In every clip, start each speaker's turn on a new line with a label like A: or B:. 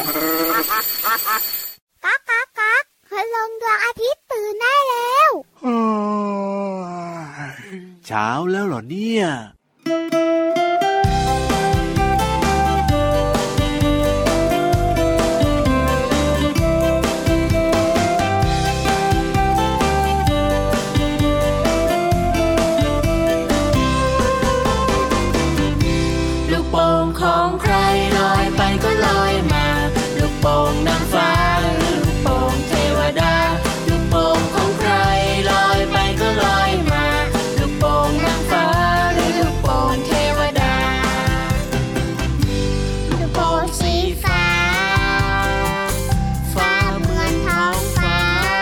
A: ก๊ากก๊ากก๊ากพลังดวงอาทิตย์ตื่นได้แล้ว
B: เช้าแล้วเหรอเนี่ย
C: ของใครลอยไปก็ลอยมาลูกโป่งนางฟ้าลูกโป่งเทวดาลูกโป่งของใครลอยไปก็ลอยมาลูกโป่งนางฟ้าหรือลูกโป่งเทวดาลูกโป่งสีฟ้าฟ้าเหมือนท้องฟ้า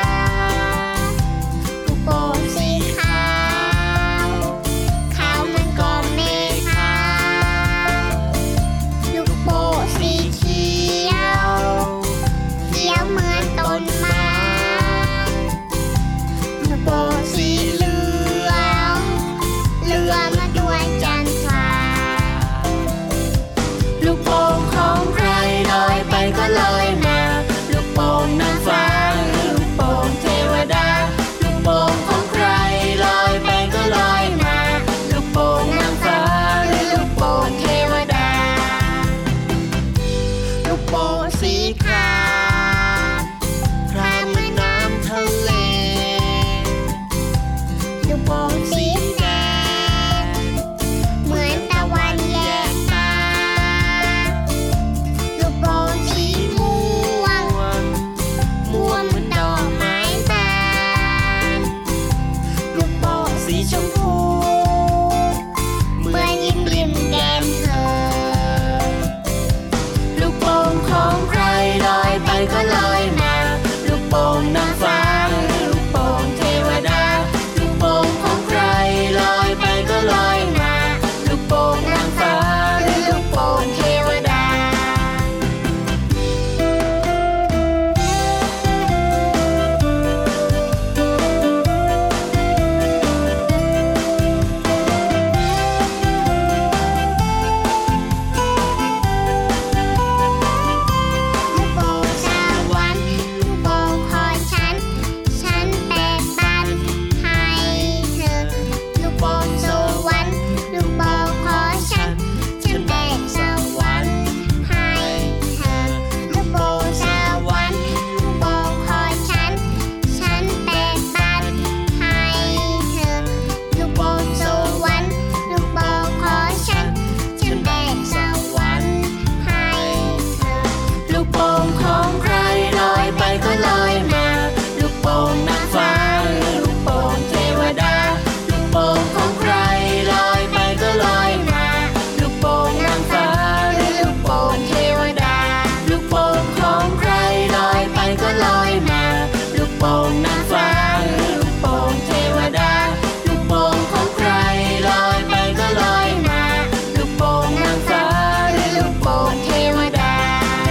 C: ลูกโป่งสีขาวขาวเหมือนก้อนเมฆลูกโป่งสีเขียวเขียวเหมือนต้นไม้ลูกโป่งสีเหลืองเหลืองเหมือนดวงจันทราลูกโป่งของใครลอยไปก็ลอยมาลูกโป่งนางฟ้าลูกโป่งเทวดาลูกโป่งของใครลอยไปก็ลอยมาลูกโป่งนางฟ้าหรือลูกโป่งเทวดาลูกโป่งสีครามครามเหมือนน้ำทะเลลูกโป่งสีแดงเหมือนตะวันแยกตาลูกโป่งสีม่วงม่วงเหมือนดอกไม้บานลูกโป่งสีชมพูเหมือนยิ้มริมแก้มเธอลูกโป่งของใครลอยไปก็ลอยมาลูกโป่งนางฟ้าลูกโป่งเทวดาลูกโป่งของใครลอยไปก็ลอยมาลูกโป่งนางฟ้าหรือลูกโป่งเทวดาลูกโป่งสวรรค์ลูกโป่งของฉันแบ่งปันให้เธอลูกโป่งสวรรค์ลูกโป่งของฉันแบ่งสวรรค์ให้เธอลูกโป่งสวรรค์ลูกโป่งของฉันแบ่งปันให้เธอลูกโป่งสวรรค์ลูกโป่งของฉันแบ่งสวรรค์ให้เธอลูกโป่งของใครลอยไปก็ลอยมาลูกโป่งนางฟ้าลูกโป่งเทวดาลูกโป่งของใครลอยไปก็ลอยมาลูกโป่งนางฟ้าหรือลูกโป่งเทวดาลูกโป่งของใครลอยไปก็ลอยมาลูกโป่งนางฟ้าหรือลูกโป่งเทวดาลูกโป่งของใครลอยไปก็ลอยมาลูกโป่งนางฟ้าหรือลูกโป่งเทวดา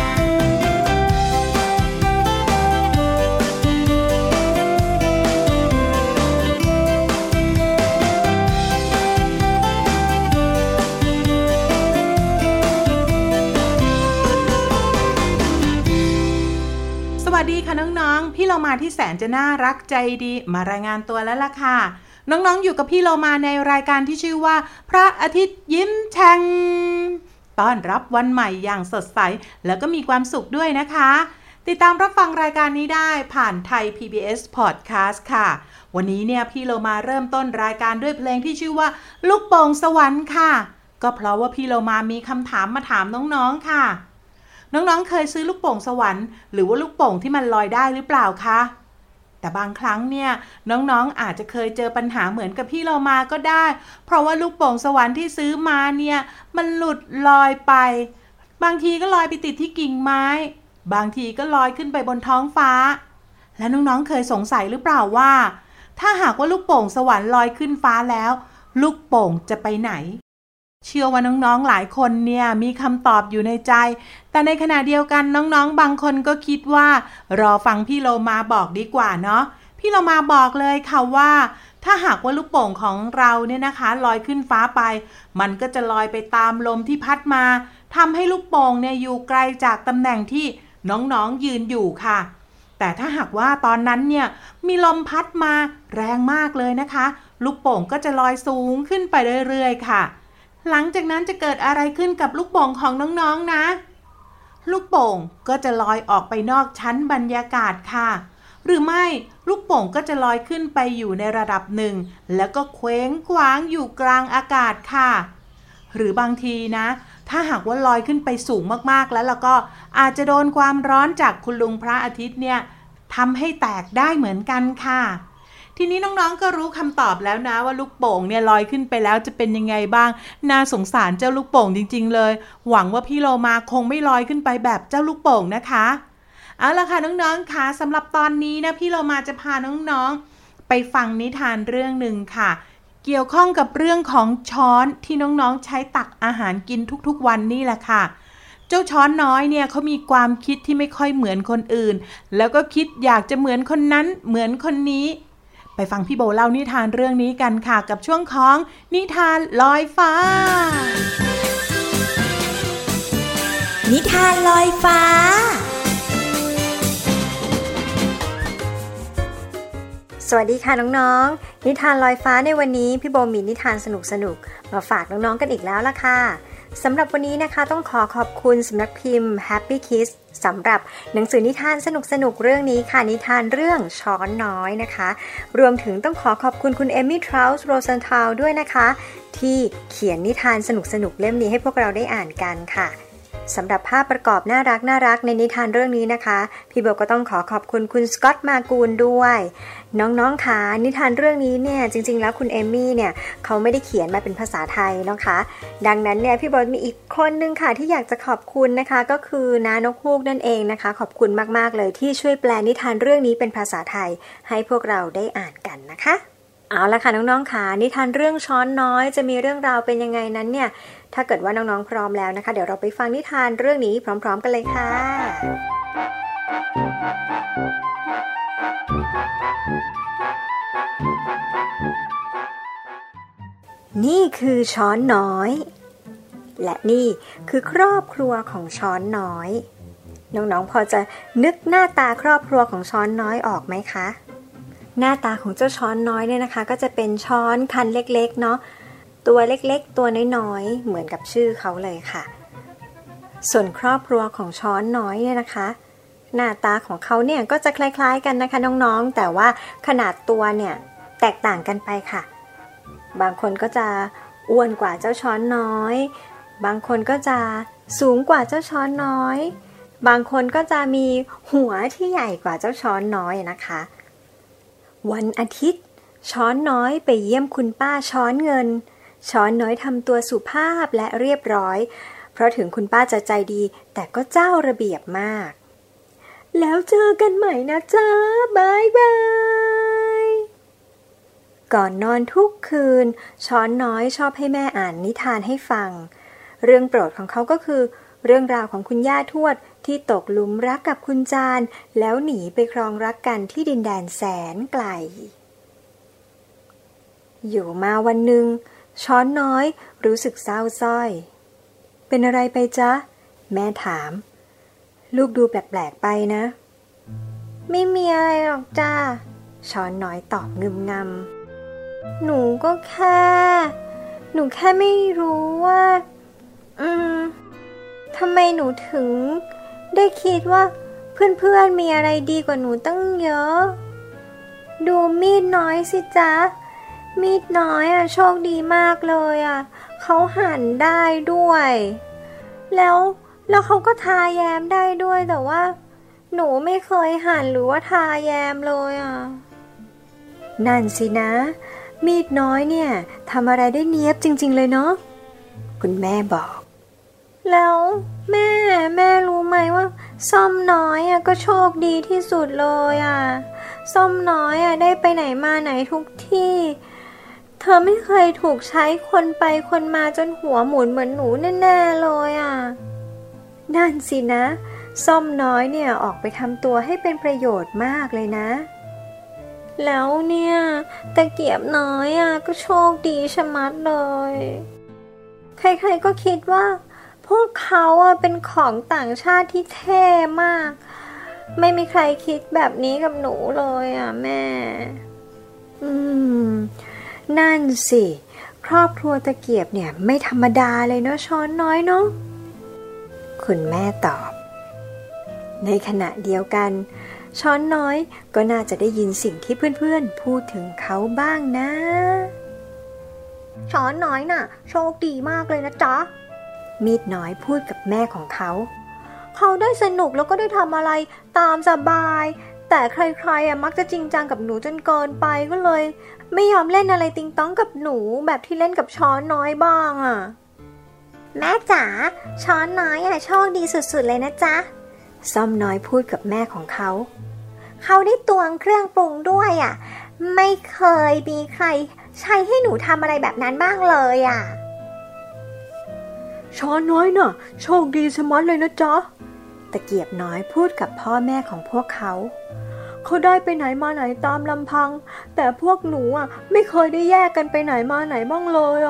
D: สวัสดีค่ะน้องๆพี่เรามาที่แสนจะน่ารักใจดีมารายงานตัวแล้วล่ะค่ะน้องๆอยู่กับพี่เรามาในรายการที่ชื่อว่าพระอาทิตย์ยิ้มแฉ่งต้อนรับวันใหม่อย่างสดใสแล้วก็มีความสุขด้วยนะคะติดตามรับฟังรายการนี้ได้ผ่านไทย PBS Podcast ค่ะวันนี้เนี่ยพี่เรามาเริ่มต้นรายการด้วยเพลงที่ชื่อว่าลูกโป่งสวรรค์ค่ะก็เพราะว่าพี่เรามามีคำถามมาถามน้องๆค่ะน้องๆเคยซื้อลูกโป่งสวรรค์หรือว่าลูกโป่งที่มันลอยได้หรือเปล่าคะแต่บางครั้งเนี่ยน้องๆอาจจะเคยเจอปัญหาเหมือนกับพี่เรามาก็ได้เพราะว่าลูกโป่งสวรรค์ที่ซื้อมาเนี่ยมันหลุดลอยไปบางทีก็ลอยไปติดที่กิ่งไม้บางทีก็ลอยขึ้นไปบนท้องฟ้าและน้องๆเคยสงสัยหรือเปล่าว่าถ้าหากว่าลูกโป่งสวรรค์ลอยขึ้นฟ้าแล้วลูกโป่งจะไปไหน เชื่อว่าน้องๆหลายคนเนี่ยมีคำตอบอยู่ในใจแต่ในขณะเดียวกันน้องๆบางคนก็คิดว่ารอฟังพี่โลมาบอกดีกว่าเนาะพี่โลมาบอกเลยค่ะว่าถ้าหากว่าลูกโป่งของเราเนี่ยนะคะลอยขึ้นฟ้าไปมันก็จะลอยไปตามลมที่พัดมาทำให้ลูกโป่งเนี่ยอยู่ไกลจากตำแหน่งที่น้องๆยืนอยู่ค่ะแต่ถ้าหากว่าตอนนั้นเนี่ยมีลมพัดมาแรงมากเลยนะคะลูกโป่งก็จะลอยสูงขึ้นไปเรื่อยๆค่ะหลังจากนั้นจะเกิดอะไรขึ้นกับลูกโป่งของน้องๆนะลูกโป่งก็จะลอยออกไปนอกชั้นบรรยากาศค่ะหรือไม่ลูกโป่งก็จะลอยขึ้นไปอยู่ในระดับหนึ่งแล้วก็เคว้งคว้างอยู่กลางอากาศค่ะหรือบางทีนะถ้าหากว่าลอยขึ้นไปสูงมากๆแล้วก็อาจจะโดนความร้อนจากคุณลุงพระอาทิตย์เนี่ยทำให้แตกได้เหมือนกันค่ะทีนี้น้องๆก็รู้คำตอบแล้วนะว่าลูกโป่งเนี่ยลอยขึ้นไปแล้วจะเป็นยังไงบ้างน่าสงสารเจ้าลูกโป่งจริงๆเลยหวังว่าพี่โลมาคงไม่ลอยขึ้นไปแบบเจ้าลูกโป่งนะคะเอาล่ะค่ะน้องๆค่ะสำหรับตอนนี้นะพี่โลมาจะพาน้องๆไปฟังนิทานเรื่องหนึ่งค่ะเกี่ยวข้องกับเรื่องของช้อนที่น้องๆใช้ตักอาหารกินทุกๆวันนี่แหละค่ะเจ้าช้อนน้อยเนี่ยเขามีความคิดที่ไม่ค่อยเหมือนคนอื่นแล้วก็คิดอยากจะเหมือนคนนั้นเหมือนคนนี้ไปฟังพี่โบเล่านิทานเรื่องนี้กันค่ะกับช่วงของนิทานลอยฟ้า
E: นิทานลอยฟ้าสวัสดีค่ะน้องๆนิทานลอยฟ้าในวันนี้พี่โบมีนิทานสนุกๆมาฝากน้องๆกันอีกแล้วล่ะค่ะสำหรับวันนี้นะคะต้องขอบคุณสำนักพิมพ์ Happy Kids สำหรับหนังสือนิทานสนุกๆเรื่องนี้ค่ะนิทานเรื่องช้อนน้อยนะคะรวมถึงต้องขอบคุณคุณเอมี่ทราวส์โรเซนทาวด้วยนะคะที่เขียนนิทานสนุกๆเล่มนี้ให้พวกเราได้อ่านกันค่ะสำหรับภาพประกอบน่ารักในนิทานเรื่องนี้นะคะพี่โบก็ต้องขอบคุณคุณสกอตต์มากูลด้วยน้องๆคะนิทานเรื่องนี้เนี่ยจริงๆแล้วคุณเอมี่เนี่ยเขาไม่ได้เขียนมาเป็นภาษาไทยนะคะดังนั้นเนี่ยพี่โบมีอีกคนนึงค่ะที่อยากจะขอบคุณนะคะก็คือน้านกฮูกนั่นเองนะคะขอบคุณมากๆเลยที่ช่วยแปลนิทานเรื่องนี้เป็นภาษาไทยให้พวกเราได้อ่านกันนะคะเอาละค่ะน้องๆค่ะนิทานเรื่องช้อนน้อยจะมีเรื่องราวเป็นยังไงนั้นเนี่ยถ้าเกิดว่าน้องๆพร้อมแล้วนะคะเดี๋ยวเราไปฟังนิทานเรื่องนี้พร้อมๆกันเลยค่ะนี่คือช้อนน้อยและนี่คือครอบครัวของช้อนน้อยน้องๆพอจะนึกหน้าตาครอบครัวของช้อนน้อยออกไหมคะหน้าตาของเจ้าช้อนน้อยเนี่ยนะคะก็จะเป็นช้อนคันเล็กๆเนาะตัวเล็กๆตัวน้อยๆเหมือนกับชื่อเขาเลยค่ะส่วนครอบครัวของช้อนน้อยเนี่ยนะคะหน้าตาของเขาเนี่ยก็จะคล้ายๆกันนะคะน้องๆแต่ว่าขนาดตัวเนี่ยแตกต่างกันไปค่ะบางคนก็จะอ้วนกว่าเจ้าช้อนน้อยบางคนก็จะสูงกว่าเจ้าช้อนน้อยบางคนก็จะมีหัวที่ใหญ่กว่าเจ้าช้อนน้อยนะคะวันอาทิตย์ช้อนน้อยไปเยี่ยมคุณป้าช้อนเงินช้อนน้อยทำตัวสุภาพและเรียบร้อยเพราะถึงคุณป้าจะใจดีแต่ก็เจ้าระเบียบมากแล้วเจอกันใหม่นะจ๊ะบายบายก่อนนอนทุกคืนช้อนน้อยชอบให้แม่อ่านนิทานให้ฟังเรื่องโปรดของเขาก็คือเรื่องราวของคุณย่าทวดที่ตกหลุมรักกับคุณจานแล้วหนีไปครองรักกันที่ดินแดนแสนไกลอยู่มาวันหนึ่งช้อนน้อยรู้สึกเศร้าส้อยเป็นอะไรไปจ๊ะแม่ถามลูกดูแปลกๆไปนะไม่มีอะไรหรอกจ้าช้อนน้อยตอบงึมงำหนูแค่ไม่รู้ว่าทำไมหนูถึงได้คิดว่าเพื่อนๆมีอะไรดีกว่าหนูตั้งเยอะดูมีดน้อยสิจ๊ะมีดน้อยโชคดีมากเลยเขาหั่นได้ด้วยแล้วเขาก็ทาแยมได้ด้วยแต่ว่าหนูไม่เคยหั่นหรือว่าทาแยมเลยนั่นสินะมีดน้อยเนี่ยทำอะไรได้เนียบจริงๆเลยเนาะคุณแม่บอกแล้วแม่รู้ไหมว่าส้มน้อยก็โชคดีที่สุดเลยส้มน้อยได้ไปไหนมาไหนทุกที่เธอไม่เคยถูกใช้คนไปคนมาจนหัวหมุนเหมือนหนูแน่ๆเลยนั่นสินะส้มน้อยเนี่ยออกไปทำตัวให้เป็นประโยชน์มากเลยนะแล้วเนี่ยตะเกียบน้อยก็โชคดีชะมัดเลยใครๆก็คิดว่าพพวกเขาเป็นของต่างชาติที่เท่มากไม่มีใครคิดแบบนี้กับหนูเลยแม่นั่นสิครอบครัวตะเกียบเนี่ยไม่ธรรมดาเลยเนาะช้อนน้อยเนาะคุณแม่ตอบในขณะเดียวกันช้อนน้อยก็น่าจะได้ยินสิ่งที่เพื่อนๆพูดถึงเขาบ้างนะช้อนน้อยน่ะโชคดีมากเลยนะจ๊ะมีดน้อยพูดกับแม่ของเขาได้สนุกแล้วก็ได้ทำอะไรตามสบายแต่ใครๆมักจะจริงจังกับหนูจนเกินไปก็เลยไม่ยอมเล่นอะไรติงต้องกับหนูแบบที่เล่นกับช้อนน้อยบ้างแม่จ๋าช้อนน้อยโชคดีสุดๆเลยนะจ๊ะส้มน้อยพูดกับแม่ของเขาได้ตวงเครื่องปรุงด้วยไม่เคยมีใครใช้ให้หนูทำอะไรแบบนั้นบ้างเลยช้อนน้อยน่ะโชคดีชะมัดเลยนะจ๊ะตะเกียบน้อยพูดกับพ่อแม่ของพวกเขาได้ไปไหนมาไหนตามลำพังแต่พวกหนูไม่เคยได้แยกกันไปไหนมาไหนบ้างเลย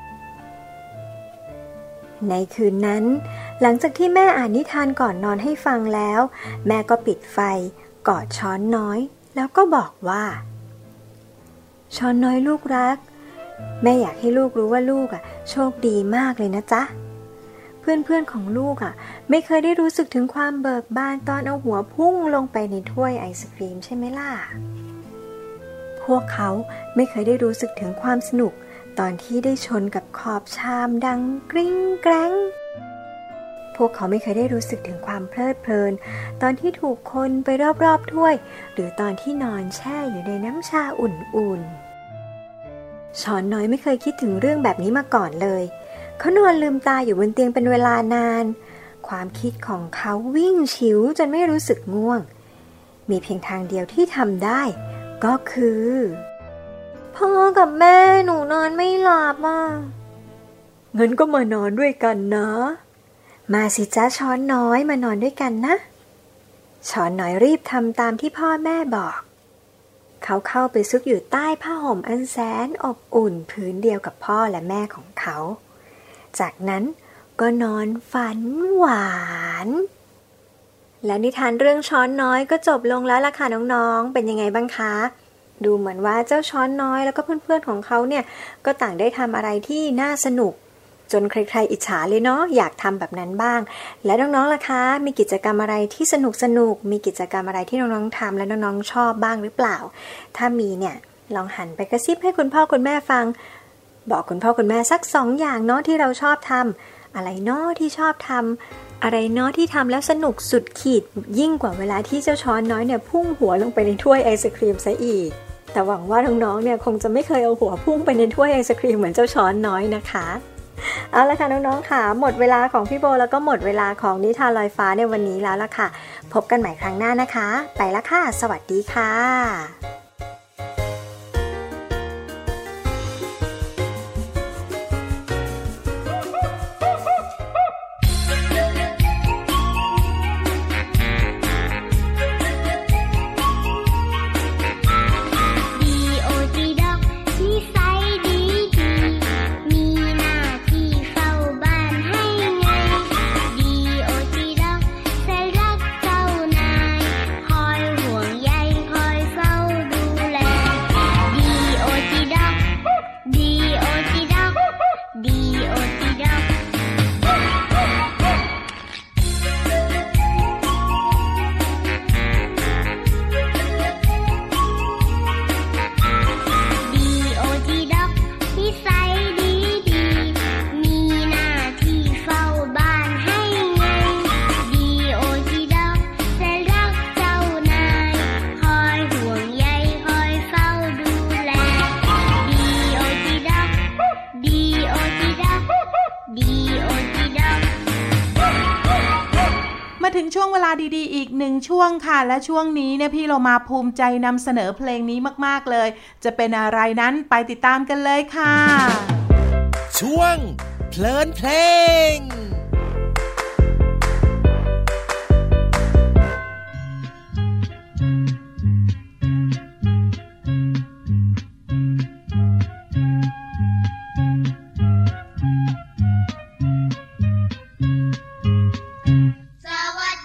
E: ในคืนนั้นหลังจากที่แม่อ่านนิทานก่อนนอนให้ฟังแล้วแม่ก็ปิดไฟกอดช้อนน้อยแล้วก็บอกว่าช้อนน้อยลูกรักแม่อยากให้ลูกรู้ว่าลูกโชคดีมากเลยนะจ๊ะเพื่อนๆของลูกไม่เคยได้รู้สึกถึงความเบิกบานตอนเอาหัวพุ่งลงไปในถ้วยไอศกรีมใช่ไหมล่ะพวกเขาไม่เคยได้รู้สึกถึงความสนุกตอนที่ได้ชนกับขอบชามดังกริ้งแกร้งพวกเขาไม่เคยได้รู้สึกถึงความเพลิดเพลินตอนที่ถูกคนไปรอบๆถ้วยหรือตอนที่นอนแช่อยู่ในน้ำชาอุ่นๆช้อนน้อยไม่เคยคิดถึงเรื่องแบบนี้มาก่อนเลยเขานอนลืมตาอยู่บนเตียงเป็นเวลานานความคิดของเขาวิ่งฉิวจนไม่รู้สึกง่วงมีเพียงทางเดียวที่ทำได้ก็คือพ่อกับแม่หนูนอนไม่หลับงั้นก็มานอนด้วยกันนะมาสิจ้าช้อนน้อยมานอนด้วยกันนะช้อนน้อยรีบทำตามที่พ่อแม่บอกเขาเข้าไปซุกอยู่ใต้ผ้าห่มอันแสนอบอุ่นผืนเดียวกับพ่อและแม่ของเขาจากนั้นก็นอนฝันหวานและนิทานเรื่องช้อนน้อยก็จบลงแล้วล่ะค่ะน้องๆเป็นยังไงบ้างคะดูเหมือนว่าเจ้าช้อนน้อยแล้วก็เพื่อนๆของเขาเนี่ยก็ต่างได้ทำอะไรที่น่าสนุกจนใครๆอิจฉาเลยเนาะอยากทำแบบนั้นบ้างและน้องๆล่ะคะมีกิจกรรมอะไรที่สนุกมีกิจกรรมอะไรที่น้องๆทำและน้องๆชอบบ้างหรือเปล่าถ้ามีเนี่ยลองหันไปกระซิบให้คุณพ่อคุณแม่ฟังบอกคุณพ่อคุณแม่สัก2อย่างเนาะที่เราชอบทำอะไรเนาะที่ชอบทำอะไรเนาะที่ทำแล้วสนุกสุดขีดยิ่งกว่าเวลาที่เจ้าช้อนน้อยเนี่ยพุ่งหัวลงไปในถ้วยไอศกรีมซะอีกแต่หวังว่าน้องๆเนี่ยคงจะไม่เคยเอาหัวพุ่งไปในถ้วยไอศกรีมเหมือนเจ้าช้อนน้อยนะคะเอาละค่ะน้องๆค่ะหมดเวลาของพี่โบแล้วก็หมดเวลาของนิทานลอยฟ้าในวันนี้แล้วล่ะค่ะพบกันใหม่ครั้งหน้านะคะไปละค่ะสวัสดีค่ะ
D: ถึงช่วงเวลาดีๆอีก1ช่วงค่ะและช่วงนี้เนี่ยพี่เรามาภูมิใจนำเสนอเพลงนี้มากๆเลยจะเป็นอะไรนั้นไปติดตามกันเลยค่ะ
B: ช่วงเพลินเพลง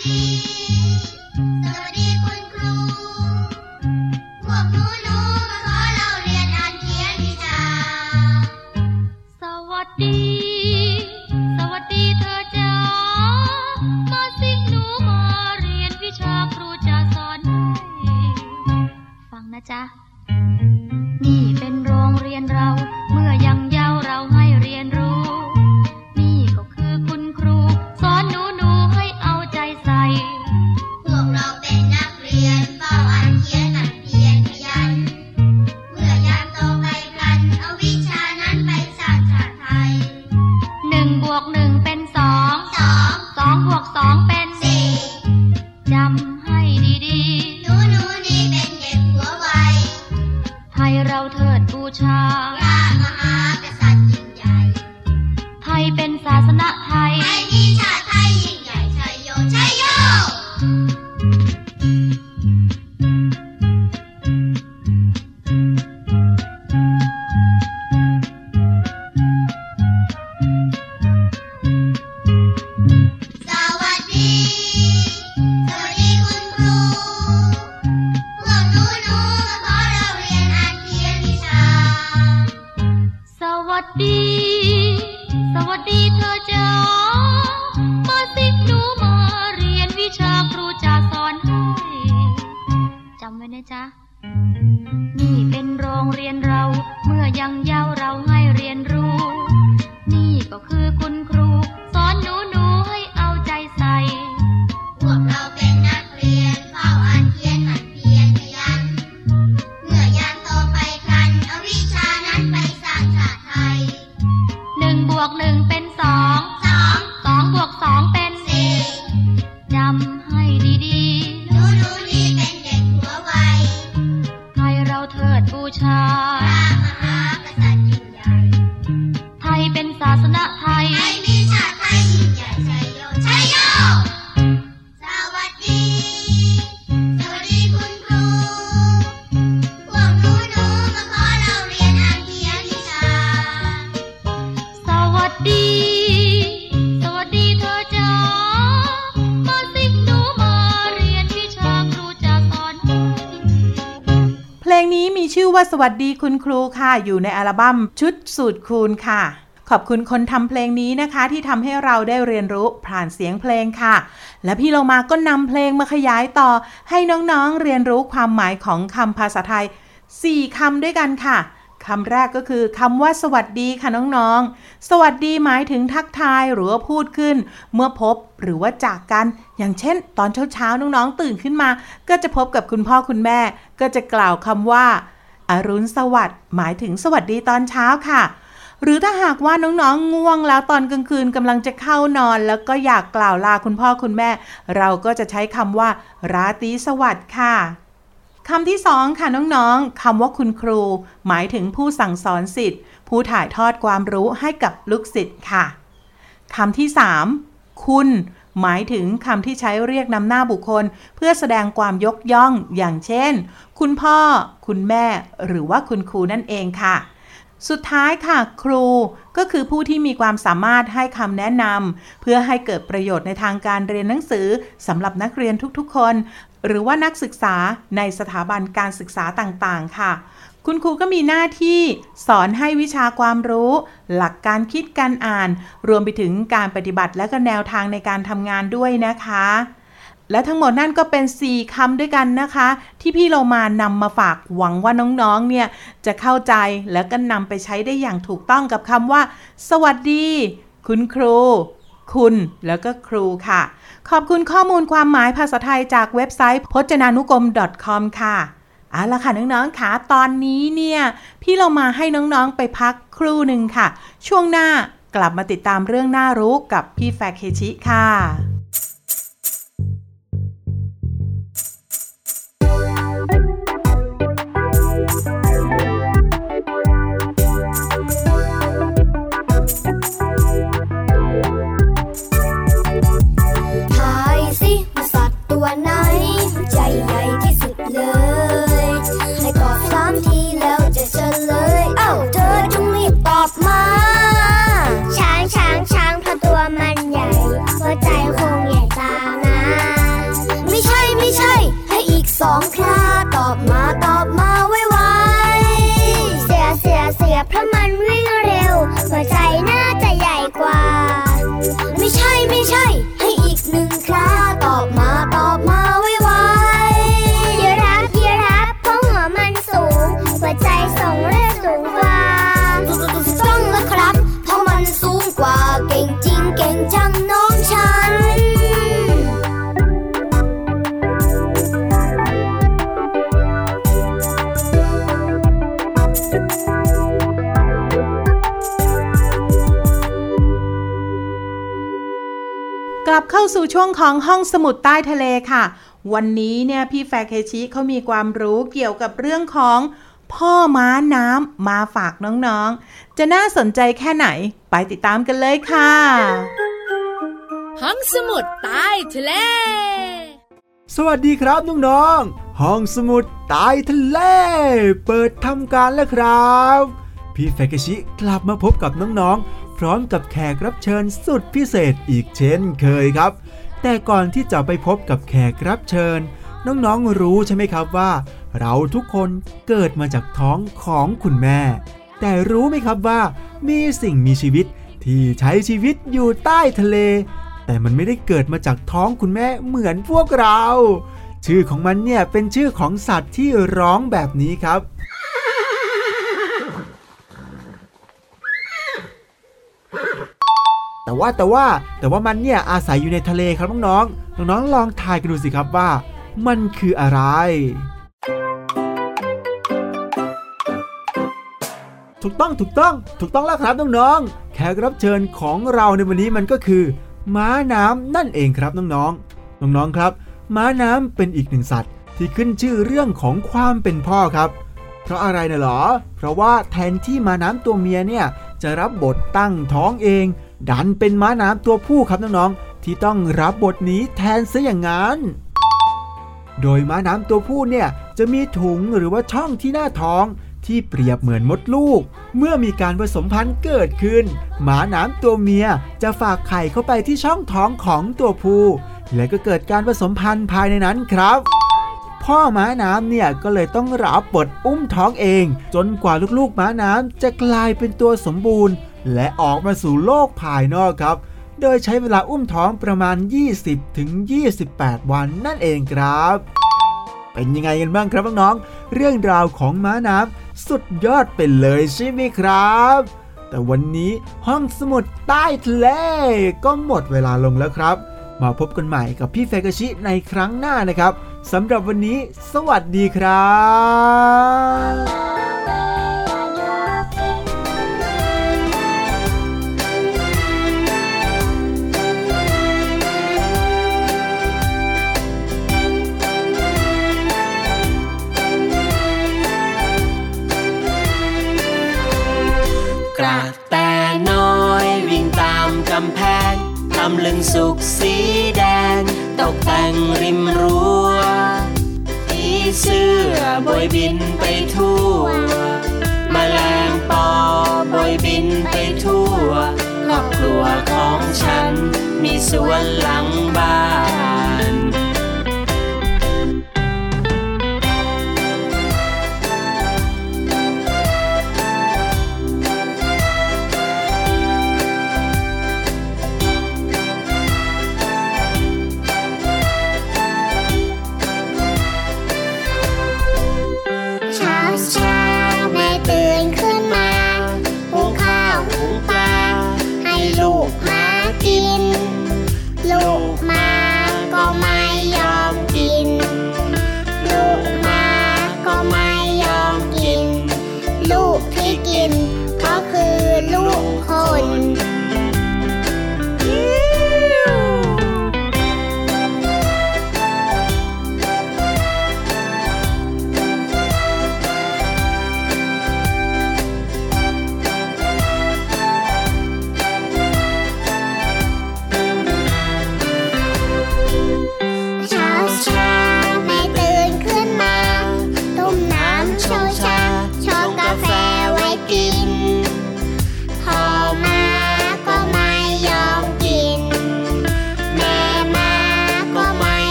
F: นี่เป็นโรงเรียนเราเมื่อยังเยาว์เราให้เรียนรู้นี่ก็คือคุณครูสอนหนูให้เอาใจใส่พวกเราเป็นนักเรียนเฝ้าอ่านเขียนหมั่นเพียรขยันเมื่อยามโตไปพลันเอาวิชานั้นไปสร้างชาติไทย1 บวก 1เป็น2 2บวก 2เป็น4จำให้ดีๆหนูนี่เป็นเด็กหัวไวไทยเราเถิดบูชาพระมหากษัตริย์ยิ่งใหญ่ไทยเป็นศาสนาไทยไทยมีชาติไทยยิ่งใหญ่ชัยโยชัยโยสวัสดีเธอจ๋ามาสิหนูมาเรียนวิชาครูจะสอนให้จำไว้นะจ๊ะนี่เป็นโรงเรียนเราเมื่อยังเยาว์เราให้เรียนรู้นี่ก็คือคุณครูสอนหนูให้เอาใจใส่พวกเราเป็นนักเรียนเฝ้าอ่านเขียนหมั่นเพียรขยันเมื่อยามโตไปพลันเอาวิชานั้นไปสร้างชาติไทย1 บวก 1เป็น2 2บวก 2เป็น4จำให้ดีๆหนูนี่เป็นเด็กหัวไวไทยเราเถิดบูชาพระมหากษัตริย์ยิ่งใหญ่ไทยเป็นศาสนาไทยไทยมีชาติไทยยิ่งใหญ่ชัยโยชัยโยสวัสดีคุณครูพวกหนูมาขอเราเรียนอ่านเขียนวิชาสวัสดีเธอจ๋ามาสิหนูมาเรียนวิชาครูจะสอน
D: เพลงนี้มีชื่อว่าสวัสดีคุณครูค่ะอยู่ในอัลบั้มชุดสูตรคูณค่ะขอบคุณคนทำเพลงนี้นะคะที่ทำให้เราได้เรียนรู้ผ่านเสียงเพลงค่ะและพี่เรามาก็นำเพลงมาขยายต่อให้น้องๆเรียนรู้ความหมายของคำภาษาไทย4 คำด้วยกันค่ะคำแรกก็คือคำว่าสวัสดีค่ะน้องๆสวัสดีหมายถึงทักทายหรือว่าพูดขึ้นเมื่อพบหรือว่าจากกันอย่างเช่นตอนเช้าๆน้องๆตื่นขึ้นมาก็จะพบกับคุณพ่อคุณแม่ก็จะกล่าวคำว่าอรุณสวัสดิ์หมายถึงสวัสดีตอนเช้าค่ะหรือถ้าหากว่าน้องๆง่วงแล้วตอนกลางคืนกำลังจะเข้านอนแล้วก็อยากกล่าวลาคุณพ่อคุณแม่เราก็จะใช้คำว่าราตรีสวัสดิ์ค่ะคำที่2ค่ะน้องๆคำว่าคุณครูหมายถึงผู้สั่งสอนศิษย์ผู้ถ่ายทอดความรู้ให้กับลูกศิษย์ค่ะคำที่3คุณหมายถึงคำที่ใช้เรียกนำหน้าบุคคลเพื่อแสดงความยกย่องอย่างเช่นคุณพ่อคุณแม่หรือว่าคุณครูนั่นเองค่ะสุดท้ายค่ะครูก็คือผู้ที่มีความสามารถให้คำแนะนำเพื่อให้เกิดประโยชน์ในทางการเรียนหนังสือสำหรับนักเรียนทุกๆคนหรือว่านักศึกษาในสถาบันการศึกษาต่างๆค่ะคุณครูก็มีหน้าที่สอนให้วิชาความรู้หลักการคิดการอ่านรวมไปถึงการปฏิบัติและก็แนวทางในการทำงานด้วยนะคะและทั้งหมดนั่นก็เป็น4 คำด้วยกันนะคะที่พี่เรามานำมาฝากหวังว่าน้องๆเนี่ยจะเข้าใจแล้วก็นำไปใช้ได้อย่างถูกต้องกับคำว่าสวัสดีคุณครูคุณแล้วก็ครูค่ะขอบคุณข้อมูลความหมายภาษาไทยจากเว็บไซต์พจนานุกรม .com ค่ะเอาล่ะค่ะน้องๆค่ะตอนนี้เนี่ยพี่เรามาให้น้องๆไปพักครู่หนึ่งค่ะช่วงหน้ากลับมาติดตามเรื่องน่ารู้กับพี่แฟเคชิค่ะ
C: ตัวไหนใจใหญ่ที่สุดเลยให้ตอบ3 ทีแล้วจะเฉลยเธอจงรีบตอบมาช้างเพราะตัวมันใหญ่หัวใจคงใหญ่ตามนะ
D: สู่ช่วงของห้องสมุดใต้ทะเลค่ะวันนี้เนี่ยพี่แฟเคชิเขามีความรู้เกี่ยวกับเรื่องของพ่อม้าน้ำมาฝากน้องๆจะน่าสนใจแค่ไหนไปติดตามกันเลยค่ะ
G: ห้องสมุดใต้ทะเล
H: สวัสดีครับน้องๆห้องสมุดใต้ทะเลเปิดทำการแล้วครับพี่แฟเคชิกลับมาพบกับน้องๆพร้อมกับแขกรับเชิญสุดพิเศษอีกเช่นเคยครับแต่ก่อนที่จะไปพบกับแขกรับเชิญน้องๆรู้ใช่ไหมครับว่าเราทุกคนเกิดมาจากท้องของคุณแม่แต่รู้ไหมครับว่ามีสิ่งมีชีวิตที่ใช้ชีวิตอยู่ใต้ทะเลแต่มันไม่ได้เกิดมาจากท้องคุณแม่เหมือนพวกเราชื่อของมันเนี่ยเป็นชื่อของสัตว์ที่ร้องแบบนี้ครับแต่ว่ามันเนี่ยอาศัยอยู่ในทะเลครับน้องๆลองทายกันดูสิครับว่ามันคืออะไรถูกต้องแล้วครับน้องๆแขกรับเชิญของเราในวันนี้มันก็คือม้าน้ำนั่นเองครับน้องๆครับม้าน้ำเป็นอีกหนึ่งสัตว์ที่ขึ้นชื่อเรื่องของความเป็นพ่อครับเพราะอะไรน่ะหรอเพราะว่าแทนที่ม้าน้ำตัวเมียเนี่ยจะรับบทตั้งท้องเองดันเป็นม้าน้ำตัวผู้ครับน้องๆที่ต้องรับบทนี้แทนซะอย่างนั้นโดยม้าน้ำตัวผู้เนี่ยจะมีถุงหรือว่าช่องที่หน้าท้องที่เปรียบเหมือนมดลูกเมื่อมีการผสมพันธุ์เกิดขึ้นม้าน้ำตัวเมียจะฝากไข่เข้าไปที่ช่องท้องของตัวผู้และก็เกิดการผสมพันธุ์ภายในนั้นครับพ่อม้าน้ำเนี่ยก็เลยต้องรับบทอุ้มท้องเองจนกว่าลูกๆม้าน้ำจะกลายเป็นตัวสมบูรณ์และออกมาสู่โลกภายนอกครับโดยใช้เวลาอุ้มท้องประมาณ 20-28 วันนั่นเองครับเป็นยังไงกันบ้างครับน้องๆเรื่องราวของม้าน้ำสุดยอดไปเลยใช่ไหมครับแต่วันนี้ห้องสมุดใต้ทะเลก็หมดเวลาลงแล้วครับมาพบกันใหม่กับพี่แฟเคชิในครั้งหน้านะครับสำหรับวันนี้สวัสดีครับ
I: กระแตน้อยวิ่งตามกำแพงตำลึงสุกสีแดงตกแต่งริมรั้วผีเสื้อบอยบินไปทั่วแมลงปอบอยบินไปทั่วครอบครัวของฉันมีสวนหลังบ้าน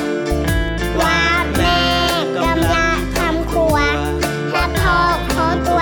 I: ตัว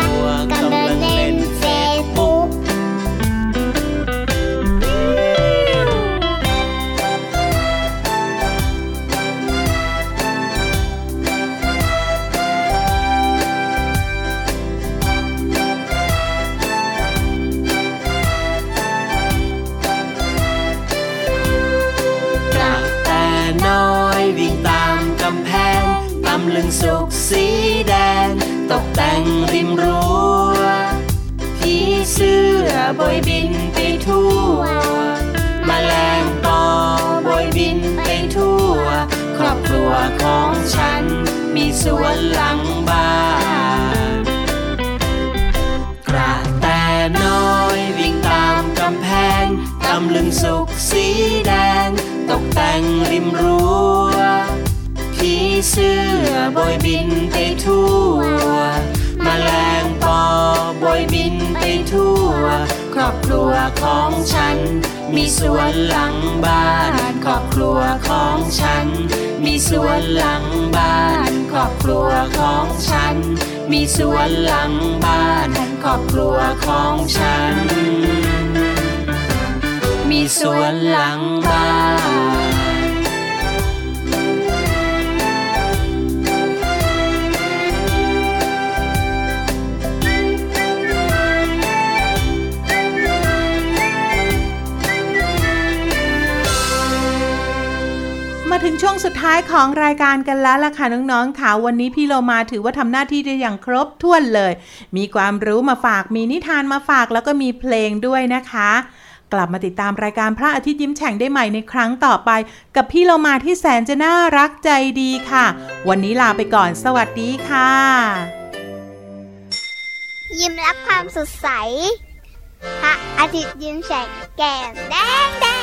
I: โบยบินไปทั่วแมลงปอโบยบินไปทั่วครอบครัวของฉันมีสวนหลังบ้านกระแตน้อยวิ่งตามกำแพงตำลึงสุกสีแดงตกแต่งริมรั้วผีเสื้อโบยบินไปทั่วแมลงปอโบยบินไปทั่วครอบครัวของฉันมีสวนหลังบ้านครอบครัวของฉันมีสวนหลังบ้านครอบครัวของฉันมีสวนหลังบ้านครอบครัวของฉันมีสวนหลังบ้าน
D: มาถึงช่วงสุดท้ายของรายการกันแล้วล่ะค่ะน้องๆค่ะวันนี้พี่โลมาถือว่าทำหน้าที่ได้อย่างครบถ้วนเลยมีความรู้มาฝากมีนิทานมาฝากแล้วก็มีเพลงด้วยนะคะกลับมาติดตามรายการพระอาทิตย์ยิ้มแฉ่งได้ใหม่ในครั้งต่อไปกับพี่โลมาที่แสนจะน่ารักใจดีค่ะวันนี้ลาไปก่อนสวัสดีค่ะ
A: ยิ้มรับความสดใสพระอาทิตย์ยิ้มแฉ่งแก้มแดง